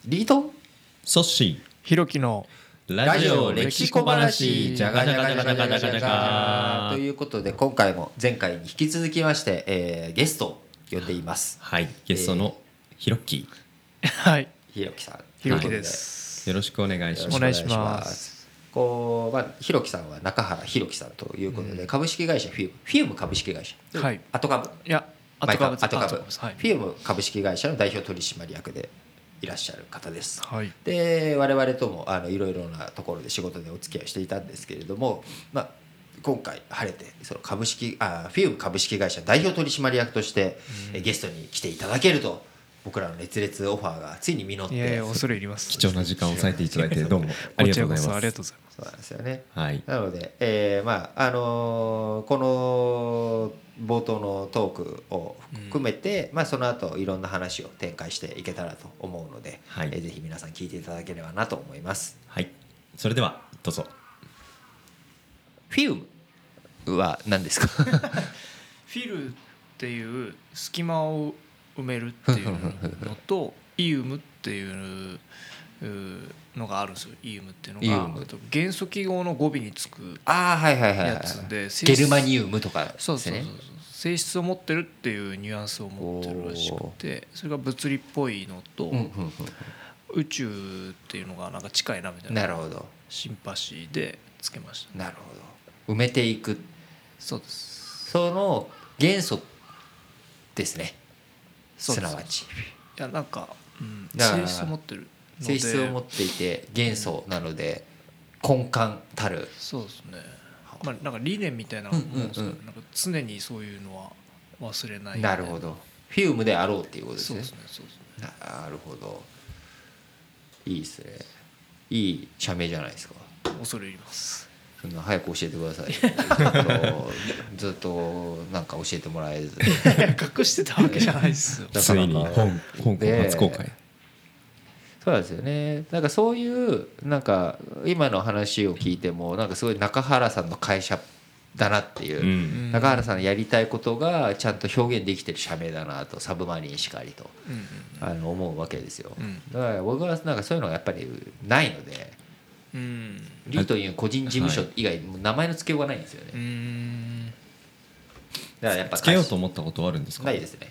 リートソッシひろきのーラジオ歴史小話じゃがじゃがじゃがじゃがじゃがじゃがということで今回も前回に引き続きまして、ゲストを呼んでいます。 はいゲストのひろきはいひろきさん。 ひろきです。 よろしくお願いしますお願いします。 ひろきさんは中原ひろきさんということで、株式会社フィウム株式会社、 はい後株いや前株後株フィウム株式会社の代表取締役でいらっしゃる方です。 はいで我々ともいろいろなところで仕事でお付き合いしていたんですけれども、今回晴れてそのフィウム株式会社代表取締役として、ゲストに来ていただけると僕らの熱烈オファーがついに実って、 いやいや恐れ入ります。 貴重な時間を割いていただいてどうもありがとうございます。 ありがとうございます。 そうなんですよね。 はいなので、この冒頭のトークを含めて、その後いろんな話を展開していけたらと思うので、 はいぜひ皆さん聞いていただければなと思います。 はいそれではどうぞ。 フィウムは何ですか？ フィルっていう隙間を埋めるっていうのとイウムっていうのがあるんですよ。イウムっていうのが元素記号の語尾につくやつで、 ゲルマニウムとかですね。 そう性質を持ってるっていうニュアンスを持ってるらしくて、それが物理っぽいのと、宇宙っていうのがなんか近いなみたいな。 なるほど。 シンパシーでつけました。 なるほど。埋めていく。 そうです。 その元素ですね。すなわち。 いやなんか、 性質を持ってる。 性質を持っていて元素なので根幹たる。 そうですね。なんか理念みたいなものですけど、なんか常にそういうのは忘れない。 なるほど。フィウムであろうっていうことですね。 そうですね。 なるほど。いいですね。いい社名じゃないですか。 恐れ入ります。 そんな早く教えてください。ずっとなんか教えてもらえず。 隠してたわけじゃないですよ。 ついに香港初公開。 そうなんですよね。なんかそういうなんか今の話を聞いてもなんかすごい中原さんの会社だなっていう、中原さんのやりたいことがちゃんと表現できてる社名だなと、サブマリンしかりと思うわけですよ。だから僕はなんかそういうのがやっぱりないので、リという個人事務所以外名前の付けようがないんですよね。だからやっぱつけようと思ったことはあるんですか？ ないですね。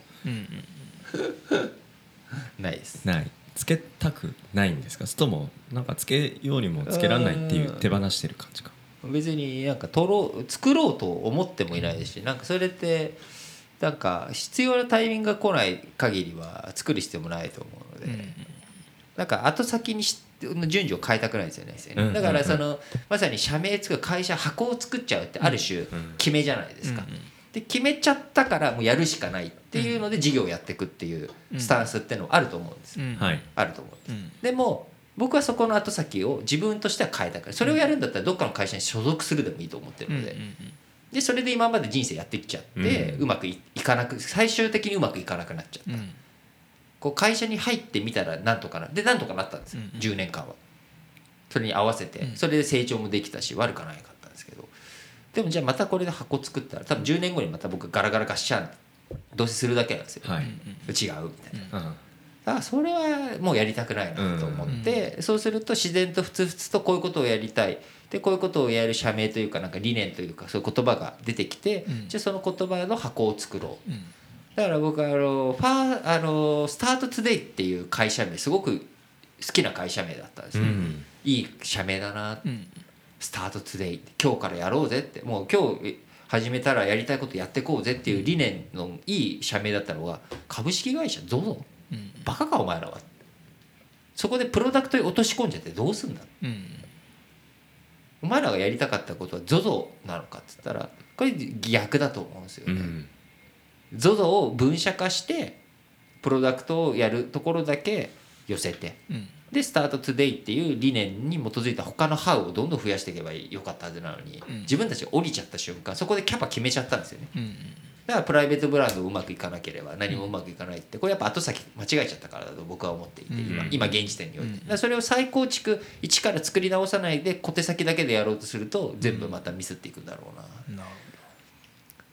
ないです。 ない。つけたくないんですか？それともなんかつけようにもつけられないっていう手放してる感じか。 別になんか作ろうと思ってもいないですし、なんかそれってなんか必要なタイミングが来ない限りは作る必要もないと思うので、なんか後先に順序を変えたくないですよね。だからそのまさに社名作る会社箱を作っちゃうってある種決めじゃないですか。で決めちゃったからもうやるしかないっていうので事業をやっていくっていうスタンスっていうのはあると思うんですよ。あると思うんです。でも僕はそこの後先を自分としては変えたから、それをやるんだったらどっかの会社に所属するでもいいと思ってるので、それで今まで人生やってきちゃってうまくいかなく、最終的にうまくいかなくなっちゃった。こう会社に入ってみたらなんとかなったんですよ。10年間はそれに合わせて、それで成長もできたし悪くはなかったんですけど、でもじゃあまたこれで箱作ったら多分10年後にまた僕ガラガラガッシャンどうせするだけなんですよ。違うみたいな。だからそれはもうやりたくないなと思って、そうすると自然とふつふつとこういうことをやりたいで、こういうことをやる社名というかなんか理念というかそういう言葉が出てきて、じゃあその言葉の箱を作ろう。だから僕はスタートトゥデイっていう会社名すごく好きな会社名だったんですね。いい社名だな。スタートトゥデイ今日からやろうぜって、もう今日始めたらやりたいことやってこうぜっていう理念のいい社名だったのが株式会社 ZOZO、バカかお前らは。そこでプロダクトに落とし込んじゃってどうすんだ、お前らがやりたかったことは ZOZO なのかっつったらこれ逆だと思うんですよね。ZOZO を分社化してプロダクトをやるところだけ寄せて、でスタートトゥデイっていう理念に基づいた他のハウをどんどん増やしていけばよかったはずなのに、自分たちが降りちゃった瞬間そこでキャパ決めちゃったんですよね。だからプライベートブランドうまくいかなければ何もうまくいかないって、これやっぱ後先間違えちゃったからだと僕は思っていて、今現時点において、だからそれを再構築一から作り直さないで小手先だけでやろうとすると全部またミスっていくんだろうな。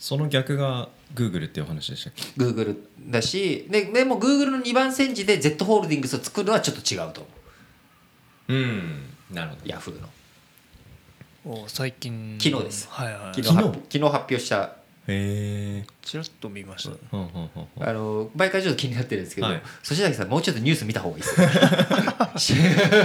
その逆が Google っていうお話でしたっけ？ Google だしでも Google の2番煎じで Z ホールディングスを作るのはちょっと違うと思う。 なるほど。 ヤフーの最近昨日です、 はいはい、 昨日発表したちらっと見ました、 毎回ちょっと気になってるんですけど、そしだけさんもうちょっとニュース見た方がいいですよ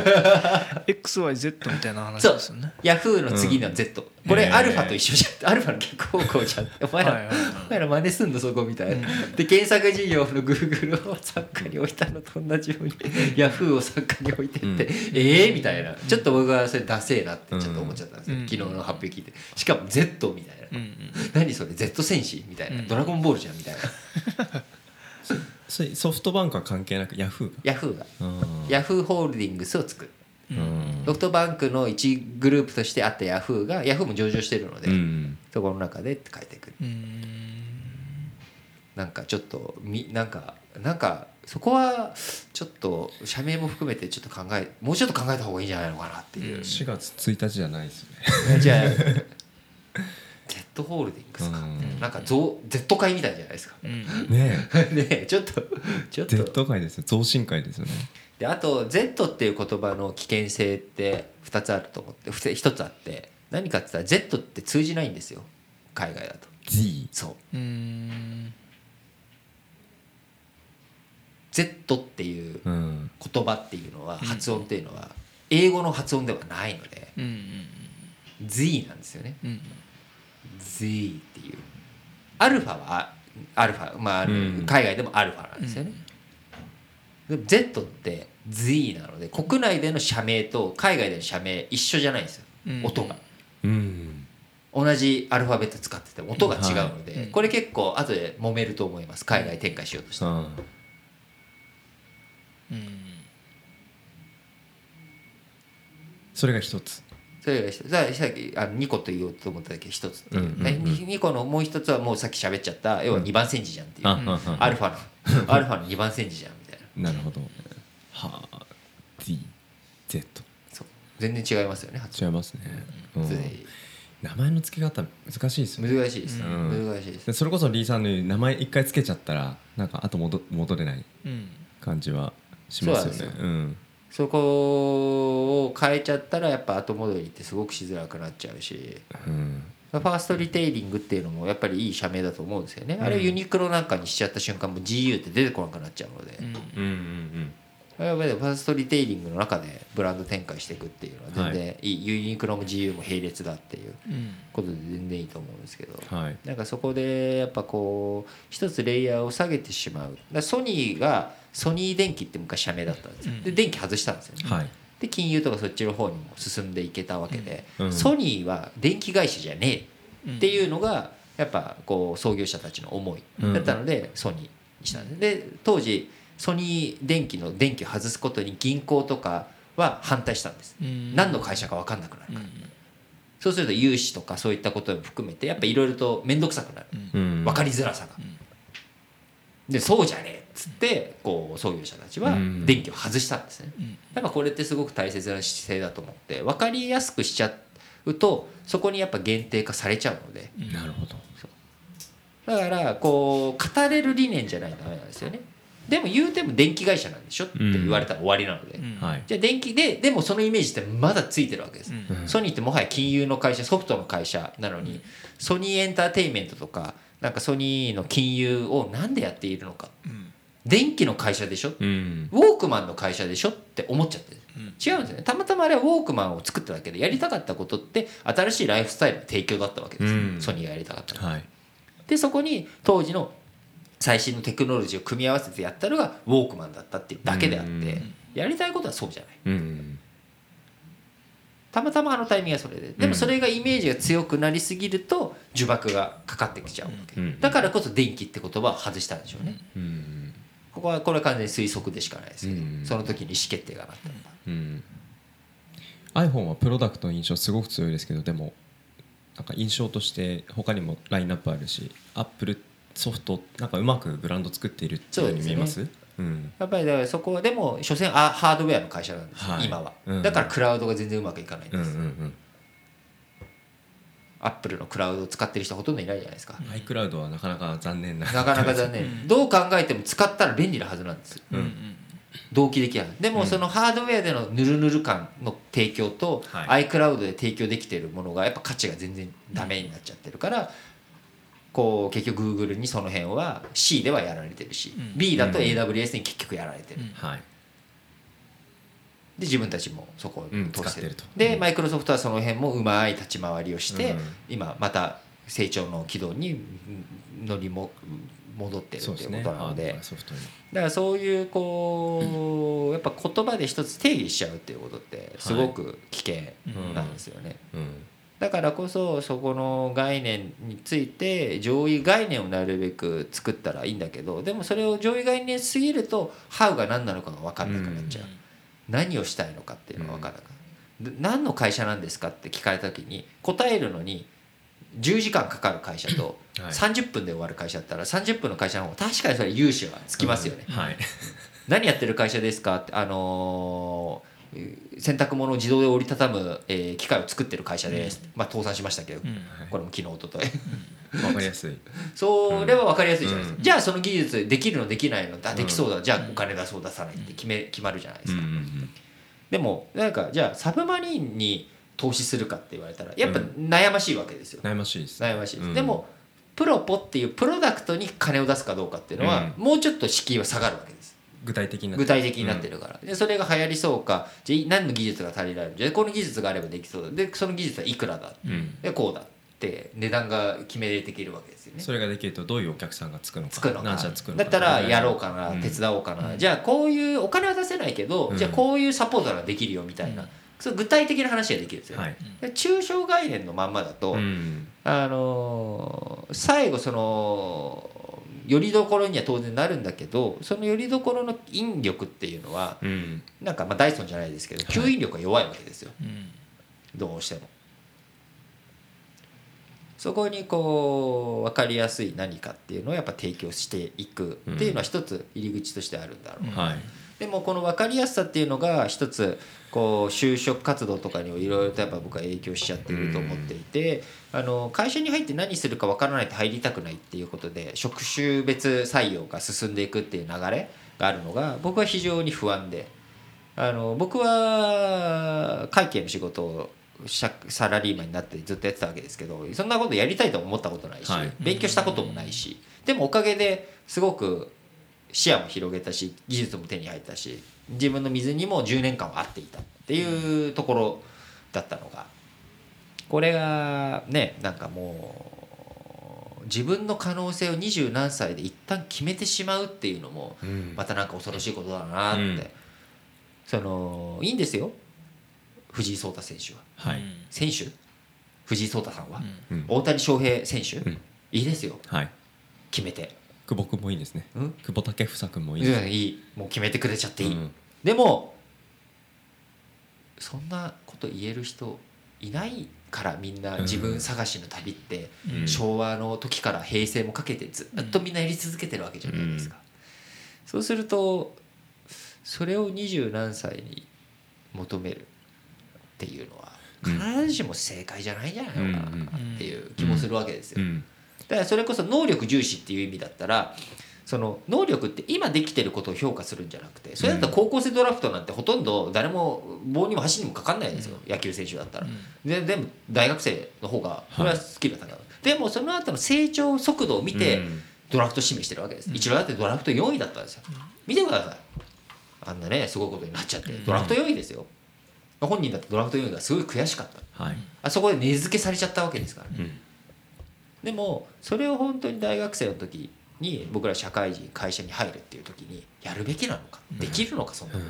XYZ みたいな話ですよね。 ヤフーの次の Z、これアルファと一緒じゃん、アルファの逆方向じゃん、お前ら真似すんのそこみたいな、で検索事業の Google を傘下に置いたのと同じようにヤフーを傘下に置いてってみたいな、ちょっと僕はそれダセーなってちょっと思っちゃったんですよ、昨日の発表聞いて。しかも Z みたいな、何それ Z 戦士みたいな、ドラゴンボールじゃんみたいなソフトバンクは関係なくヤフーがヤフーホールディングスを作る。ソフトバンクの一グループとしてあったヤフーが、ヤフーも上場してるので、そこの中でって書いてくる。なんかちょっとなんかそこはちょっと社名も含めてちょっともうちょっと考えた方がいいんじゃないのかなっていう。 4月1日じゃないですよね。 じゃあZ ホールディングスか、なんかZ 会みたいじゃないですか、ねえちょっと Z 会ですよ、増進会ですよね。 であと Z っていう言葉の危険性って2つあると思って、1つあって、何かって言ったら Z って通じないんですよ海外だと。 Z そう、Z っていう言葉っていうのは、発音っていうのは英語の発音ではないので、Z なんですよね、Z っていう。アルファはアルファ、海外でもアルファなんですよね、でも Z って Z なので、国内での社名と海外での社名一緒じゃないんですよ、音が、同じアルファベット使ってても音が違うので、これ結構後で揉めると思います、海外展開しようとして、 それが一つ。 それがさっき2個と言おうと思っただけ一つっていう、2個のもう一つはもうさっき喋っちゃった、要は2番煎じじゃんっていう、アルファの2番煎じじゃんみたいな。なるほど。はあ、D、Z。 そう、全然違いますよね、 違いますね。名前の付け方難しいですよね。 難しいです、難しいです。 それこそリーさんの名前一回付けちゃったらなんかあと戻れない感じはしますよね。 そこを変えちゃったらやっぱ後戻りってすごくしづらくなっちゃうし、ファーストリテイリングっていうのもやっぱりいい社名だと思うんですよね、あれをユニクロなんかにしちゃった瞬間もう GU って出てこなくなっちゃうので、やっぱりファーストリテイリングの中でブランド展開していくっていうのは全然いい、ユニクロも GU も並列だっていうことで全然いいと思うんですけど、なんかそこでやっぱこう一つレイヤーを下げてしまう。だソニーがソニー電機って昔社名だったんですよ、で電気外したんですよね、で金融とかそっちの方にも進んでいけたわけで、ソニーは電気会社じゃねえっていうのがやっぱこう創業者たちの思いだったのでソニーにしたんです。で当時ソニー電機の電気を外すことに銀行とかは反対したんです、何の会社か分かんなくなるから、そうすると融資とかそういったことも含めてやっぱいろいろと面倒くさくなる、分かりづらさが、でそうじゃねえっつってこう創業者たちは電気を外したんですね。だからこれってすごく大切な姿勢だと思って、分かりやすくしちゃうとそこにやっぱ限定化されちゃうので、 なるほど。 だからこう語れる理念じゃないとダメなんですよね。でも言うても電気会社なんでしょって言われたら終わりなので、じゃあ電気でもそのイメージってまだついてるわけです、ソニーってもはや金融の会社、ソフトの会社なのに、ソニーエンターテインメントとかなんかソニーの金融をなんでやっているのか、電気の会社でしょ、ウォークマンの会社でしょって思っちゃってる、違うんですよね。たまたまあれはウォークマンを作っただけで、やりたかったことって新しいライフスタイルの提供だったわけです、ソニーがやりたかったの、でそこに当時の最新のテクノロジーを組み合わせてやったのがウォークマンだったっていうだけであって、やりたいことはそうじゃない、たまたまあのタイミングがそれで、でもそれがイメージが強くなりすぎると呪縛がかかってきちゃうわけ、だからこそ電気って言葉を外したんでしょうね、これは完全に推測でしかないですけど、その時に意思決定がなったんだ、 iPhone はプロダクトの印象すごく強いですけど、でもなんか印象として他にもラインナップあるし、Appleソフトなんかうまくブランド作っているっていうように見えます？ やっぱりだからそこはでも所詮ハードウェアの会社なんですよ、今は、だからクラウドが全然うまくいかないんです、 アップルのクラウドを使ってる人ほとんどいないじゃないですか。 iCloud はなかなか残念ななかなか残念。どう考えても使ったら便利なはずなんですよ。同期できない。でもそのハードウェアでのヌルヌル感の提供と iCloud で提供できているものがやっぱ価値が全然ダメになっちゃってるから、こう結局 Google にその辺は C ではやられてるし、B だと AWS に結局やられてる。で自分たちもそこを通してると。でマイクロソフトはその辺もうまい立ち回りをして、今また成長の軌道に乗りも戻ってるっていうことなので、だからそういうこうやっぱ言葉で一つ定義しちゃうっていうことってすごく危険なんですよね。だからこそそこの概念について上位概念をなるべく作ったらいいんだけど、でもそれを上位概念すぎると How が何なのかが分かんなくなっちゃう。何をしたいのかっていうのが分からなくなる。何の会社なんですかって聞かれた時に答えるのに10時間かかる会社と30分で終わる会社だったら30分の会社の方が確かにそれ融資はつきますよね。何やってる会社ですかって、洗濯物を自動で折りたたむ機械を作ってる会社です、まあ倒産しましたけど、これも昨日一昨日分かりやすい。 それは分かりやすいじゃないですか。じゃあその技術できるのできないの、できそうだ、じゃあお金出そう出さないって決まるじゃないですか。でもなんかじゃあサブマリンに投資するかって言われたらやっぱ悩ましいわけですよ。 悩ましいです。 悩ましいです。でもプロポっていうプロダクトに金を出すかどうかっていうのはもうちょっと敷居は下がるわけです。 具体的になってるから。でそれが流行りそうか、じゃあ何の技術が足りないの、じゃあこの技術があればできそうだ、でその技術はいくらだ、でこうだって値段が決めていけるわけですよね。 それができるとどういうお客さんがつくのか何社つくのか、 だったらやろうかな、手伝おうかな、じゃあこういうお金は出せないけど、じゃあこういうサポートができるよみたいな、そう具体的な話ができるんですよ、抽象概念のまんまだと、最後そのよりどころには当然なるんだけど、そのよりどころの引力っていうのは、なんかまあダイソンじゃないですけど吸引力が弱いわけですよ、どうしても。そこにこう分かりやすい何かっていうのをやっぱ提供していくっていうのは一つ入り口としてあるんだろう、でもこの分かりやすさっていうのが一つこう就職活動とかにいろいろとやっぱ僕は影響しちゃっていると思っていて、会社に入って何するか分からないと入りたくないっていうことで職種別採用が進んでいくっていう流れがあるのが僕は非常に不安で、僕は会計の仕事をサラリーマンになってずっとやってたわけですけど、そんなことやりたいと思ったことないし、勉強したこともないし、でもおかげですごく視野も広げたし技術も手に入ったし自分の水にも10年間は合っていたっていうところだったのが、これがねなんかもう自分の可能性を20何歳で一旦決めてしまうっていうのもまたなんか恐ろしいことだなって、そのいいんですよ藤井聡太選手は、選手藤井聡太さんは、大谷翔平選手、いいですよ、決めて。 久保君もいいですね、久保建英君もいいです、 いい、もう決めてくれちゃっていい、でもそんなこと言える人いないから、みんな自分探しの旅って、昭和の時から平成もかけてずっとみんなやり続けてるわけじゃないですか、そうするとそれを20何歳に求めるっていうのは必ずしも正解じゃないんじゃないのかなっていう気もするわけですよ。だからそれこそ能力重視っていう意味だったら、その能力って今できてることを評価するんじゃなくて、それだったら高校生ドラフトなんてほとんど誰も棒にも箸にもかかんないですよ、野球選手だったら。全部大学生の方がこれはスキルが高い。でもその後の成長速度を見てドラフト指名してるわけです。一郎だってドラフト4位だったんですよ。見てください、あんなねすごいことになっちゃってドラフト4位ですよ。本人だってドラフト4位がすごい悔しかった、あそこで値付けされちゃったわけですからね、でもそれを本当に大学生の時に僕ら社会人会社に入るっていう時にやるべきなのか、できるのか、そんなこと、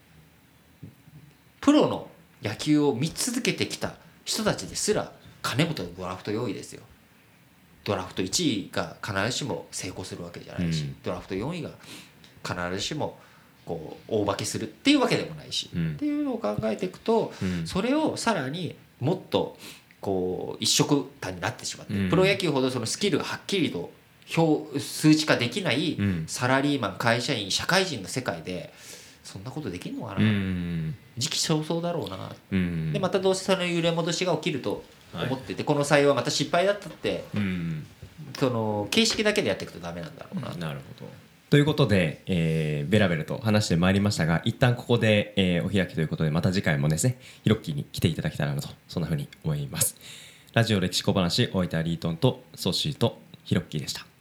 プロの野球を見続けてきた人たちですら金本ドラフト4位ですよ。ドラフト1位が必ずしも成功するわけじゃないし、ドラフト4位が必ずしもこう大化けするっていうわけでもないし、っていうのを考えていくと、それをさらにもっとこう一色単になってしまって、プロ野球ほどそのスキルがはっきりと数値化できないサラリーマン会社員社会人の世界でそんなことできるのかな、時期尚早だろうな、でまたどうせその揺れ戻しが起きると思ってて、この採用はまた失敗だったって、 うんその形式だけでやっていくとダメなんだろうな、 なるほど。ということで、ベラベラと話してまいりましたが、一旦ここで、お開きということで、また次回もですねヒロッキーに来ていただけたらなと、そんな風に思います。ラジオ歴史小話、お相手はリートンとソッシーとヒロッキーでした。